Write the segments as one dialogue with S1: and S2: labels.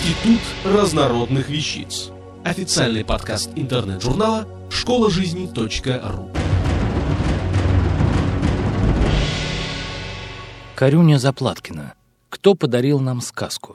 S1: Институт разнородных вещиц. Официальный подкаст интернет-журнала школажизни.ру.
S2: Карюня Заплаткина. Кто подарил нам сказку?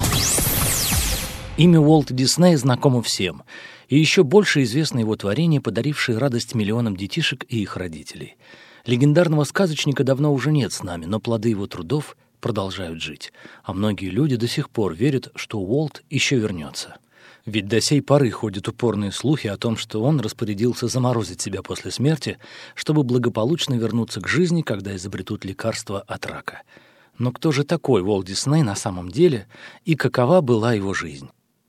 S2: Имя Уолта Диснея знакомо всем, и еще больше известно его творение, подарившее радость миллионам детишек и их родителей. Легендарного сказочника давно уже нет с нами, но плоды его трудов продолжают жить, а многие люди до сих пор верят, что Уолт еще вернется. Ведь до сей поры ходят упорные слухи о том, что он распорядился заморозить себя после смерти, чтобы благополучно вернуться к жизни, когда изобретут лекарство от рака. Но кто же такой Уолт Дисней на самом деле, и какова была его жизнь?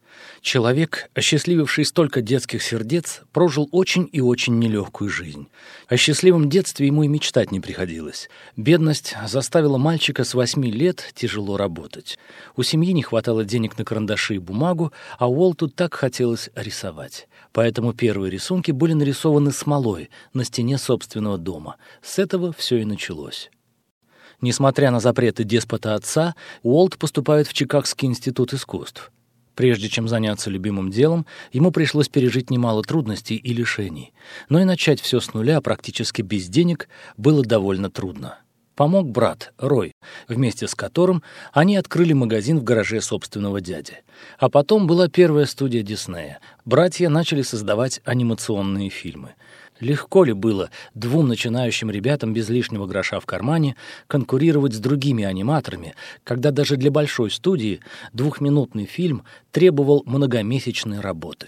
S2: Человек, осчастлививший столько детских сердец, прожил очень и очень нелегкую жизнь. О счастливом детстве ему и мечтать не приходилось. Бедность заставила мальчика с 8 лет тяжело работать. У семьи не хватало денег на карандаши и бумагу, а Уолту так хотелось рисовать. Поэтому первые рисунки были нарисованы смолой на стене собственного дома. С этого все и началось. Несмотря на запреты деспота отца, Уолт поступает в Чикагский институт искусств. Прежде чем заняться любимым делом, ему пришлось пережить немало трудностей и лишений. Но и начать все с нуля, практически без денег, было довольно трудно. Помог брат, Рой, вместе с которым они открыли магазин в гараже собственного дяди. А потом была первая студия Диснея. Братья начали создавать анимационные фильмы. Легко ли было двум начинающим ребятам без лишнего гроша в кармане конкурировать с другими аниматорами, когда даже для большой студии двухминутный фильм требовал многомесячной работы?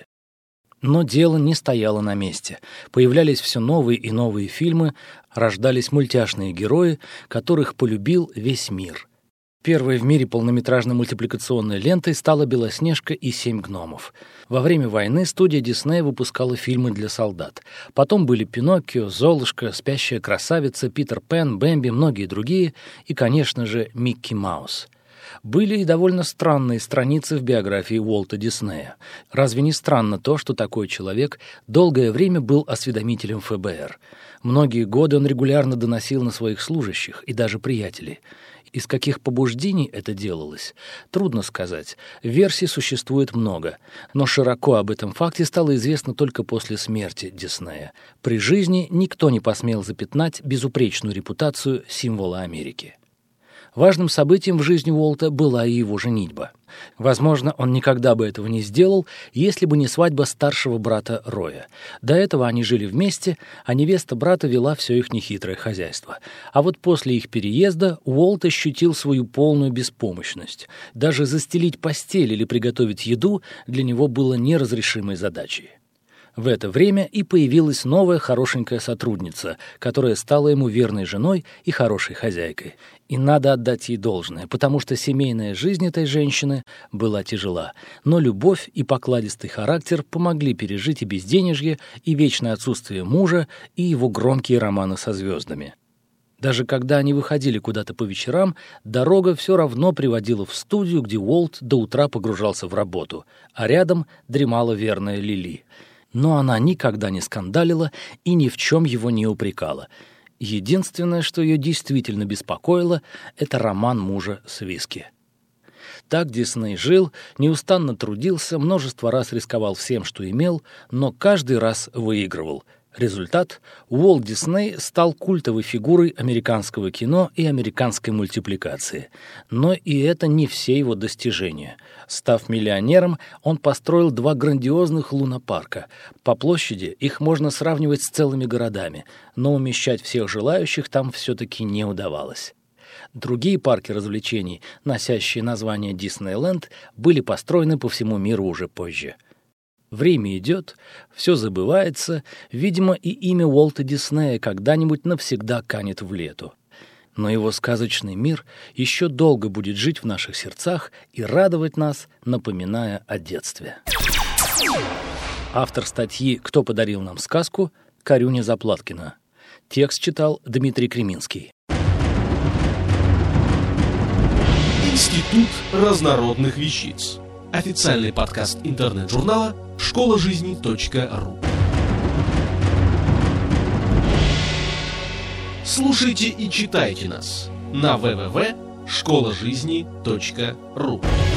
S2: Но дело не стояло на месте. Появлялись все новые и новые фильмы, рождались мультяшные герои, которых полюбил весь мир. Первой в мире полнометражной мультипликационной лентой стала «Белоснежка и 7 гномов». Во время войны студия Диснея выпускала фильмы для солдат. Потом были «Пиноккио», «Золушка», «Спящая красавица», «Питер Пен», «Бэмби», многие другие и, конечно же, «Микки Маус». Были и довольно странные страницы в биографии Уолта Диснея. Разве не странно то, что такой человек долгое время был осведомителем ФБР? Многие годы он регулярно доносил на своих служащих и даже приятелей. Из каких побуждений это делалось, трудно сказать. Версий существует много, но широко об этом факте стало известно только после смерти Диснея. При жизни никто не посмел запятнать безупречную репутацию символа Америки. Важным событием в жизни Уолта была и его женитьба. Возможно, он никогда бы этого не сделал, если бы не свадьба старшего брата Роя. До этого они жили вместе, а невеста брата вела все их нехитрое хозяйство. А вот после их переезда Уолт ощутил свою полную беспомощность. Даже застелить постель или приготовить еду для него было неразрешимой задачей. В это время и появилась новая хорошенькая сотрудница, которая стала ему верной женой и хорошей хозяйкой. И надо отдать ей должное, потому что семейная жизнь этой женщины была тяжела. Но любовь и покладистый характер помогли пережить и безденежье, и вечное отсутствие мужа, и его громкие романы со звездами. Даже когда они выходили куда-то по вечерам, дорога все равно приводила в студию, где Уолт до утра погружался в работу, а рядом дремала верная Лили. Но она никогда не скандалила и ни в чем его не упрекала. Единственное, что ее действительно беспокоило, это роман мужа с Виски. Так Дисней жил, неустанно трудился, множество раз рисковал всем, что имел, но каждый раз выигрывал. Результат – Уолт Дисней стал культовой фигурой американского кино и американской мультипликации. Но и это не все его достижения. Став миллионером, он построил 2 грандиозных лунопарка. По площади их можно сравнивать с целыми городами, но умещать всех желающих там все-таки не удавалось. Другие парки развлечений, носящие название Диснейленд, были построены по всему миру уже позже. Время идет, все забывается, видимо, и имя Уолта Диснея когда-нибудь навсегда канет в лету. Но его сказочный мир еще долго будет жить в наших сердцах и радовать нас, напоминая о детстве. Автор статьи «Кто подарил нам сказку» Карюня Заплаткина. Текст читал Дмитрий Креминский.
S1: Институт разнородных вещиц. Официальный подкаст интернет-журнала школажизни.ру. Слушайте и читайте нас на www.школажизни.ру.